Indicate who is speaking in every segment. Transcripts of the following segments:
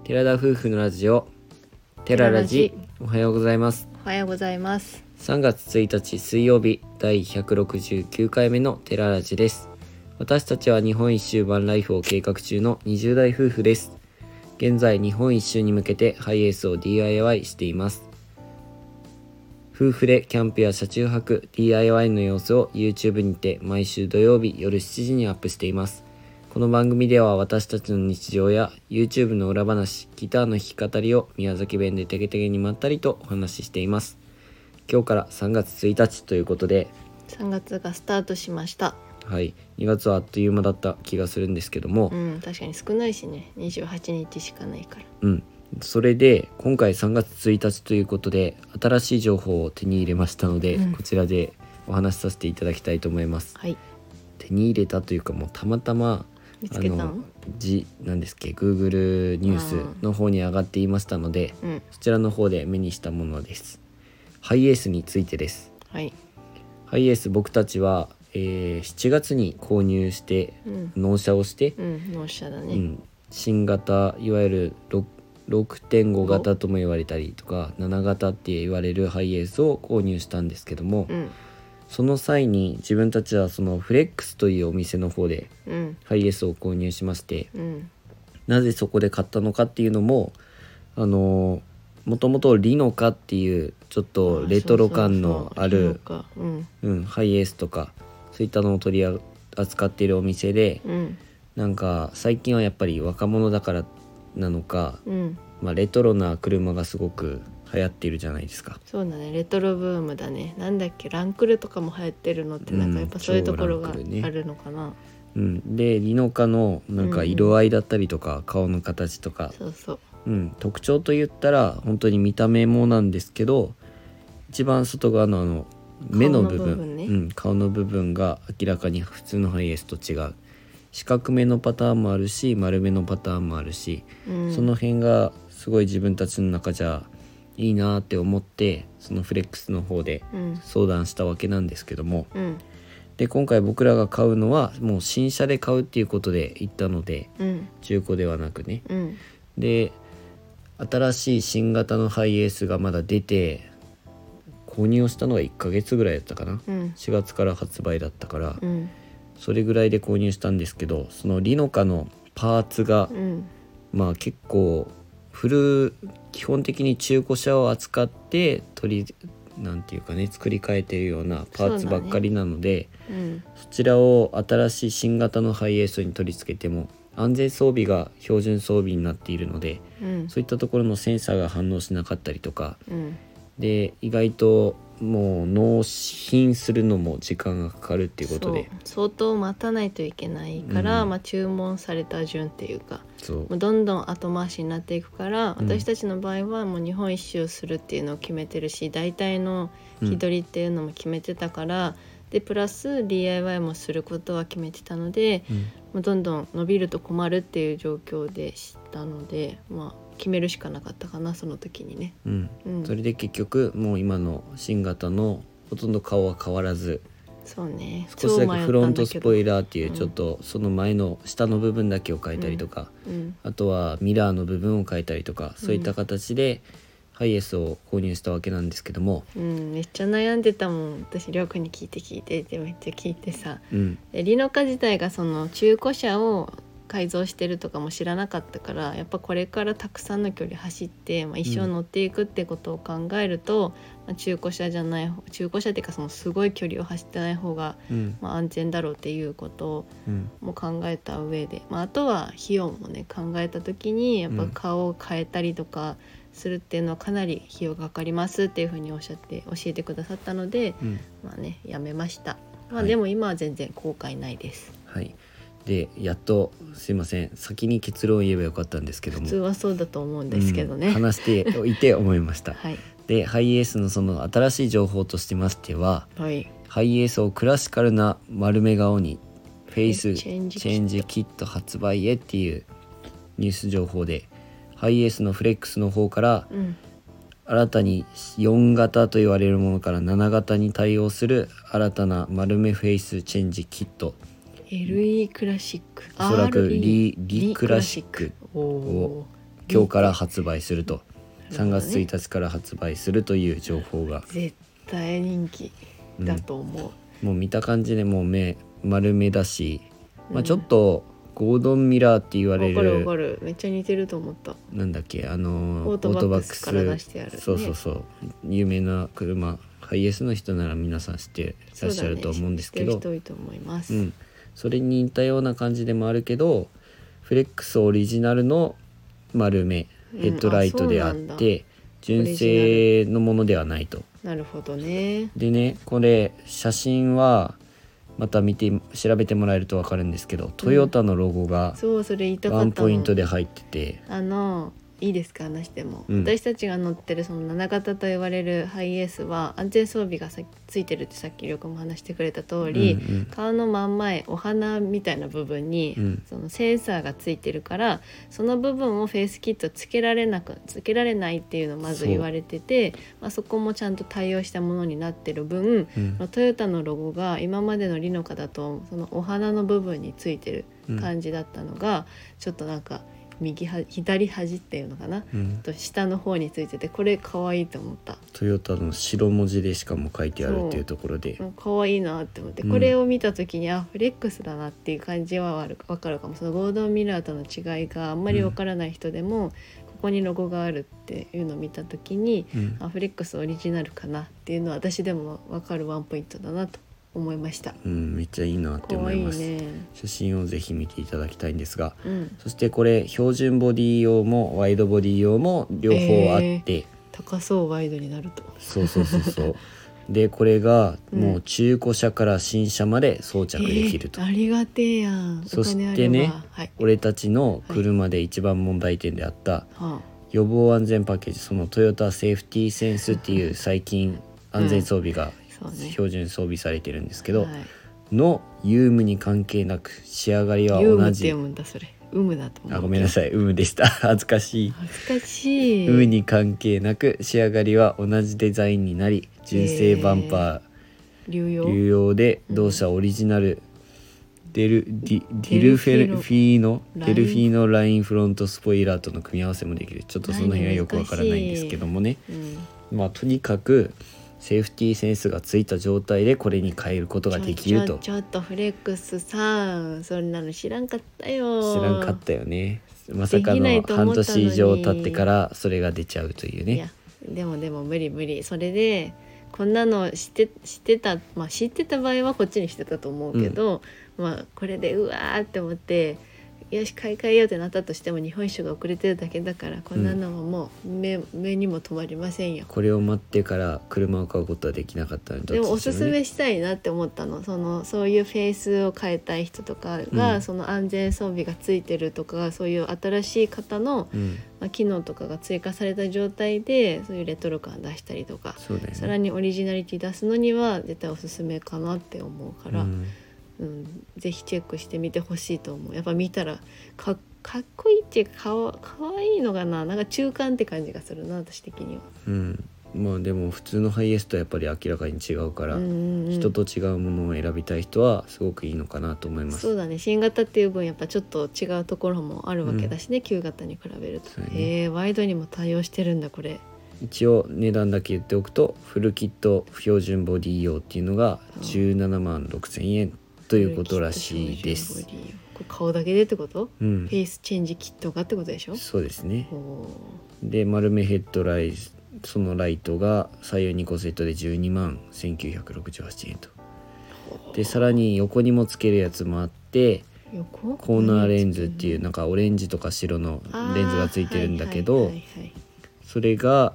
Speaker 1: 寺田夫婦のラジオテララジ。おはようございます。
Speaker 2: おはようございます。
Speaker 1: 3月1日水曜日第169回目のテララジです。私たちは日本一周バンライフを計画中の20代夫婦です。現在日本一周に向けてハイエースを DIY しています。夫婦でキャンプや車中泊 DIY の様子を YouTube にて毎週土曜日夜7時にアップしています。この番組では私たちの日常や YouTube の裏話、ギターの弾き語りを宮崎弁でテケテケにまったりとお話ししています。今日から3月1日ということで、
Speaker 2: 3月がスタートしました。
Speaker 1: はい、2月はあっという間だった気がするんですけども、
Speaker 2: 確かに少ないしね、28日しかないから。
Speaker 1: それで今回3月1日ということで新しい情報を手に入れましたので、こちらでお話しさせていただきたいと思います。
Speaker 2: はい。
Speaker 1: 手に入れたというかもうたまたま
Speaker 2: 見つけたの？
Speaker 1: なんですっけ Google ニュースの方に上がっていましたので、そちらの方で目にしたものです。ハイエースについてです。
Speaker 2: はい。
Speaker 1: ハイエース僕たちは、7月に購入して、納車をして、
Speaker 2: 納車だね。
Speaker 1: 新型いわゆる6.5 型とも言われたりとか7型って言われるハイエースを購入したんですけども、その際に自分たちはそのフレックスというお店の方でハイエースを購入しまして、なぜそこで買ったのかっていうのももともとリノカっていうちょっとレトロ感のあるハイエースとかそういったのを取り扱っているお店で、なんか最近はやっぱり若者だからなのか、レトロな車がすごく流行っているじゃないですか。
Speaker 2: そうだね、レトロブームだね。なんだっけ、ランクルとかも流行ってるのって、なんかやっぱそういうところがあるのかな。
Speaker 1: でリノカのなんか色合いだったりとか、顔の形とか、特徴といったら本当に見た目もなんですけど、一番外側の目の部分、顔の部分が明らかに普通のハイエースと違う。四角めのパターンもあるし丸めのパターンもあるし、その辺がすごい自分たちの中じゃいいなって思って、そのフレックスの方で相談したわけなんですけども、で今回僕らが買うのはもう新車で買うっていうことで行ったので、中古ではなくね、で新しい新型のハイエースがまだ出て購入をしたのが1ヶ月ぐらいだったかな、4月から発売だったから、それぐらいで購入したんですけど、そのリノカのパーツが、結構基本的に中古車を扱ってなんていうかね、作り変えてるようなパーツばっかりなので、そちらを新しい新型のハイエースに取り付けても安全装備が標準装備になっているので、そういったところのセンサーが反応しなかったりとか、で意外ともう納品するのも時間がかかるっていうことで、
Speaker 2: 相当待たないといけないから、注文された順っていうか、もうどんどん後回しになっていくから、私たちの場合はもう日本一周するっていうのを決めてるし、大体の日取りっていうのも決めてたから、でプラス DIY もすることは決めてたので、もうどんどん伸びると困るっていう状況でしたので、決めるしかなかったかな、その時にね。
Speaker 1: それで結局もう今の新型のほとんど顔は変わらず、
Speaker 2: そうね、
Speaker 1: 少しだけフロントスポイラーっていうちょっとその前の下の部分だけを変えたりとか、あとはミラーの部分を変えたりとか、そういった形でハイエースを購入したわけなんですけども、
Speaker 2: めっちゃ悩んでたもん。私りょうくんに聞いてってめっちゃ聞いてさ、でリノカ自体がその中古車を改造してるとかも知らなかったから、やっぱこれからたくさんの距離走って、一生乗っていくってことを考えると、中古車っていうかそのすごい距離を走ってない方が、安全だろうっていうことも考えた上で、あとは費用もね考えた時に、やっぱ顔を変えたりとかするっていうのはかなり費用がかかりますっていうふうにおっしゃって教えてくださったので、やめました。でも今は全然後悔ないです。
Speaker 1: でやっとすいません、先に結論を言えばよかったんですけども、
Speaker 2: 普通はそうだと思うんですけどね、
Speaker 1: 話しておいて思いました。でハイエースのその新しい情報としてましては、ハイエースをクラシカルな丸目顔にフェイスチェンジキット発売へっていうニュース情報で、ハイエースのフレックスの方から、新たに4型と言われるものから7型に対応する新たな丸目フェイスチェンジキット、
Speaker 2: LE クラシック、
Speaker 1: おそらくリクラシックを今日から発売すると、3月1日から発売するという情報が、
Speaker 2: 絶対人気だと思
Speaker 1: う、もう見た感じでもう丸目だし、ちょっとゴードンミラーって言われる、
Speaker 2: わかるめっちゃ似てると思った。
Speaker 1: なんだっけ、オ
Speaker 2: ートバックスから出してある、ね、
Speaker 1: そう有名な車、ハイエースの人なら皆さん知ってらっしゃると思うんですけど、
Speaker 2: 知ってる人多いと思います。
Speaker 1: それに似たような感じでもあるけど、フレックスオリジナルの丸目ヘッドライトであって、純正のものではないと。
Speaker 2: なるほどね。
Speaker 1: でね、これ写真はまた調べてもらえると分かるんですけど、トヨタのロゴがワンポイントで入ってて、
Speaker 2: いいですか、話しても、私たちが乗ってるその7型と言われるハイエースは安全装備がついてるってさっきりょうくんも話してくれた通り、顔の真ん前お花みたいな部分に、そのセンサーがついてるから、その部分をフェイスキットつけられないっていうのをまず言われてて、そこもちゃんと対応したものになってる分、トヨタのロゴが今までのリノカだとそのお花の部分についてる感じだったのが、ちょっとなんか左端っていうのかな、と下の方についてて、これ可愛いと思った。
Speaker 1: トヨタの白文字でしかも書いてあるっていうところで
Speaker 2: 可愛いなって思って、これを見た時にフレックスだなっていう感じは分かるかも。そのゴードンミラーとの違いがあんまり分からない人でも、ここにロゴがあるっていうのを見た時に、フレックスオリジナルかなっていうのは私でも分かるワンポイントだなと思いました。
Speaker 1: めっちゃいいなって思います。
Speaker 2: ね、
Speaker 1: 写真をぜひ見ていただきたいんですが、そしてこれ標準ボディ用もワイドボディ用も両方あって、
Speaker 2: 高そうワイドになると。
Speaker 1: そうでこれがもう中古車から新車まで装着できると、
Speaker 2: ありがてえやん。
Speaker 1: そしてね、俺たちの車で一番問題点であった、予防安全パッケージ、そのトヨタセーフティーセンスっていう最近安全装備が標準装備されてるんですけど、のユームに関係なく仕上がりは同じ。
Speaker 2: ユームって読むんだそれ。ウムだと思う。
Speaker 1: ごめんなさい、ウムでした。恥ずかしい。ウムに関係なく仕上がりは同じデザインになり、純正バンパー流用で同社オリジナルデルフィーノラインフロントスポイラーとの組み合わせもできる。ちょっとその辺はよくわからないんですけどもね、とにかくセーフティーセンスがついた状態でこれに変えることができると。
Speaker 2: ちょっとフレックスさん、そんなの知らんかったよ。
Speaker 1: 知らんかったよね。まさかの半年以上経ってからそれが出ちゃうというね。いや
Speaker 2: でも無理。それでこんなの知ってた場合はこっちにしてたと思うけど、これでうわーって思ってよし買い替えようってなったとしても日本酒が遅れてるだけだから、こんなのはもう目にも留まりませんよ。
Speaker 1: これを待ってから車を買うことはできなかったので、
Speaker 2: でもおすすめしたいなって思ったの。そういうフェイスを変えたい人とかが、その安全装備がついてるとか、そういう新しい方の、機能とかが追加された状態でそういうレトロ感出したりとか、さらにオリジナリティ出すのには絶対おすすめかなって思うから、ぜひチェックしてみてほしいと思う。やっぱ見たらかっこいいっていうか、かわいいのかな、なんか中間って感じがするな、私的には。
Speaker 1: でも普通のハイエースとやっぱり明らかに違うから、人と違うものを選びたい人はすごくいいのかなと思います。
Speaker 2: そうだね、新型っていう分やっぱちょっと違うところもあるわけだしね、旧型に比べると。ワイドにも対応してるんだこれ。
Speaker 1: 一応値段だけ言っておくと、フルキット標準ボディ用っていうのが17万6,000円ということらしいです。
Speaker 2: これ顔だけでってこと、フェイスチェンジキットがってことでしょ。
Speaker 1: そうですね。で丸目ヘッドライト、そのライトが左右2個セットで12万1968円と。でさらに横にもつけるやつもあって、コーナーレンズっていうなんかオレンジとか白のレンズがついてるんだけど、それが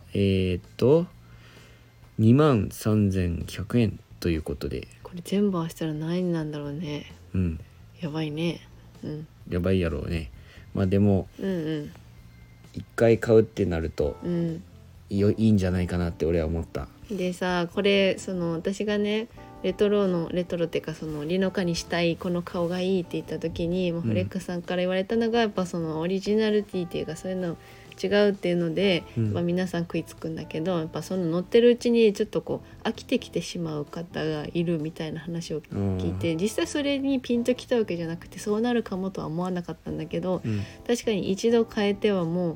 Speaker 1: 2万3100円ということで、
Speaker 2: これ全部合わせたら何なんだろうね。やばいね。
Speaker 1: やばいやろうね。でも一回買うってなると、いいんじゃないかなって俺は思った。
Speaker 2: でさ、これ私がねレトロっていうか、リノカにしたいこの顔がいいって言った時に、フレックさんから言われたのがやっぱそのオリジナリティっていうか、そういうの違うっていうので、皆さん食いつくんだけど、やっぱその乗ってるうちにちょっと飽きてきてしまう方がいるみたいな話を聞いて、実際それにピンときたわけじゃなくて、そうなるかもとは思わなかったんだけど、確かに一度変えてはもう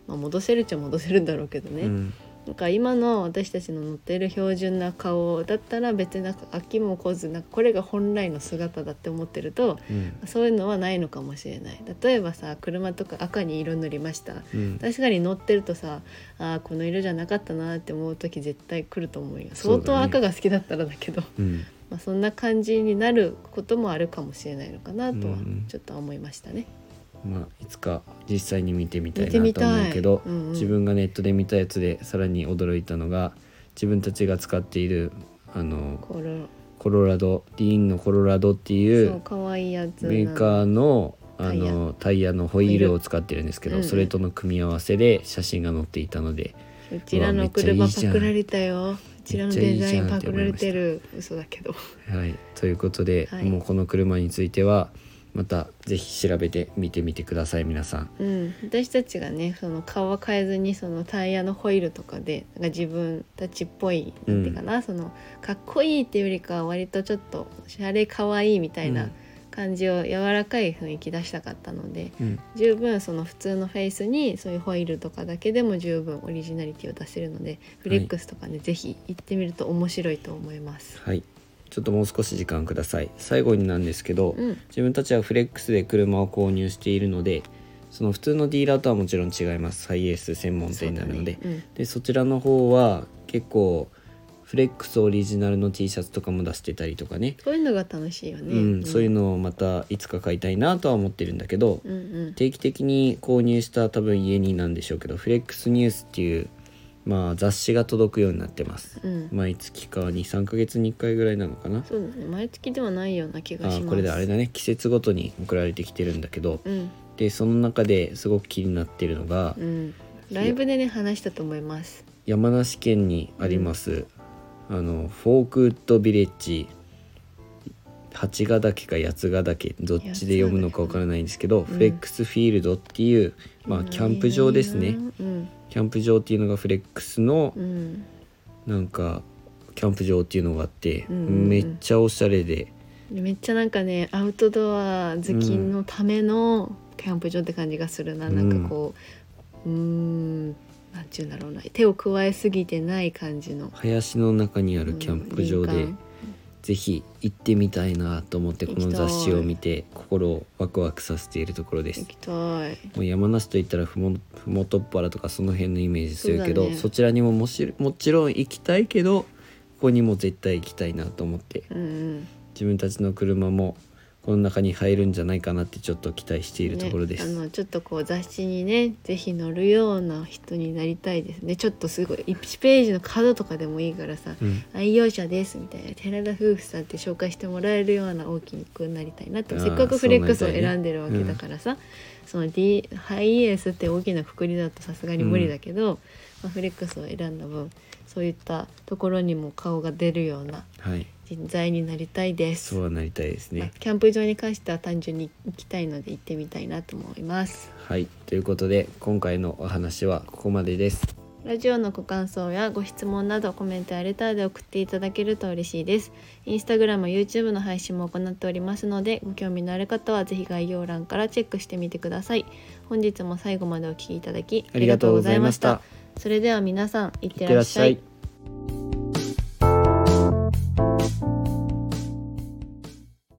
Speaker 2: 戻せるっちゃ戻せるんだろうけどね、なんか今の私たちの乗っている標準な顔だったら別になんか飽きも来ず、なんかこれが本来の姿だって思ってると、そういうのはないのかもしれない。例えばさ、車とか赤に色塗りました、確かに乗ってるとさ、この色じゃなかったなって思う時絶対来ると思うよ。相当赤が好きだったらだけど、そんな感じになることもあるかもしれないのかなとはちょっと思いましたね。
Speaker 1: いつか実際に見てみたいなと思うけど、自分がネットで見たやつでさらに驚いたのが、自分たちが使っているコロラド、ディーンのコロラドっていう
Speaker 2: 可愛いやつ
Speaker 1: メーカーのタイヤのホイールを使ってるんですけど、それとの組み合わせで写真が載っていたので、
Speaker 2: うちらの車パクられたよ、うちらのデザインパクられてる、嘘だけど。
Speaker 1: はい、ということで、もうこの車についてはまたぜひ調べて見てみてください、皆さん。
Speaker 2: 私たちがね、その顔は変えずにそのタイヤのホイールとかでなんか自分たちっぽい、なんていうかな、そのかっこいいっていうよりかは割とちょっとシャレかわいいみたいな感じを柔らかい雰囲気出したかったので、十分その普通のフェイスにそういうホイールとかだけでも十分オリジナリティを出せるので、フレックスとかね、ぜひ行ってみると面白いと思います。
Speaker 1: はい、ちょっともう少し時間ください。最後になんですけど、自分たちはフレックスで車を購入しているので、その普通のディーラーとはもちろん違います。ハイエース専門店になるので、そちらの方は結構フレックスオリジナルの T シャツとかも出してたりとかね、
Speaker 2: そういうのが楽しいよね、
Speaker 1: そういうのをまたいつか買いたいなとは思ってるんだけど、定期的に購入した多分家になんでしょうけど、フレックスニュースっていう雑誌が届くようになってます、毎月か 2,3 ヶ月に1回ぐらいなのかな。
Speaker 2: そうだね、毎月ではないような気がします。
Speaker 1: これであれだね、季節ごとに送られてきてるんだけど、でその中ですごく気になってるのが、
Speaker 2: ライブでね話したと思います。
Speaker 1: 山梨県にあります、フォークウッドビレッジ、八ヶ岳か八ヶ岳どっちで読むのかわからないんですけど、フレックスフィールドっていう、キャンプ場ですね、キャンプ場っていうのがフレックスの、なんかキャンプ場っていうのがあって、めっちゃおしゃれで、
Speaker 2: めっちゃなんかね、アウトドア好きのためのキャンプ場って感じがするな、なんかこうなんていうんだろうな、手を加えすぎてない感じの
Speaker 1: 林の中にあるキャンプ場で、ぜひ行ってみたいなと思って、この雑誌を見て心をワクワクさせているところです。
Speaker 2: 行きたい。
Speaker 1: もう山梨といったらふもとっぱらとかその辺のイメージするけど、 そちらにももちろん行きたいけど、ここにも絶対行きたいなと思って、自分たちの車もこの中に入るんじゃないかなってちょっと期待しているところです、
Speaker 2: ちょっとこう雑誌にねぜひ載るような人になりたいですね。ちょっとすごい1ページの角とかでもいいからさ、愛用者ですみたいな、寺田夫婦さんって紹介してもらえるような大きくなりたいなって。せっかくフレックスを選んでるわけだからさ、そのハイエースって大きなくくりだとさすがに無理だけど、フレックスを選んだ分そういったところにも顔が出るような人材になりたいです。
Speaker 1: そうはなりたいですね。
Speaker 2: キャンプ場に関しては単純に行きたいので行ってみたいなと思います。
Speaker 1: はい、ということで今回のお話はここまでです。
Speaker 2: ラジオのご感想やご質問などコメントやレターで送っていただけると嬉しいです。インスタグラム、YouTube の配信も行っておりますので、ご興味のある方はぜひ概要欄からチェックしてみてください。本日も最後までお聞きいただきありがとうございました。それでは皆さんいってらっしゃい。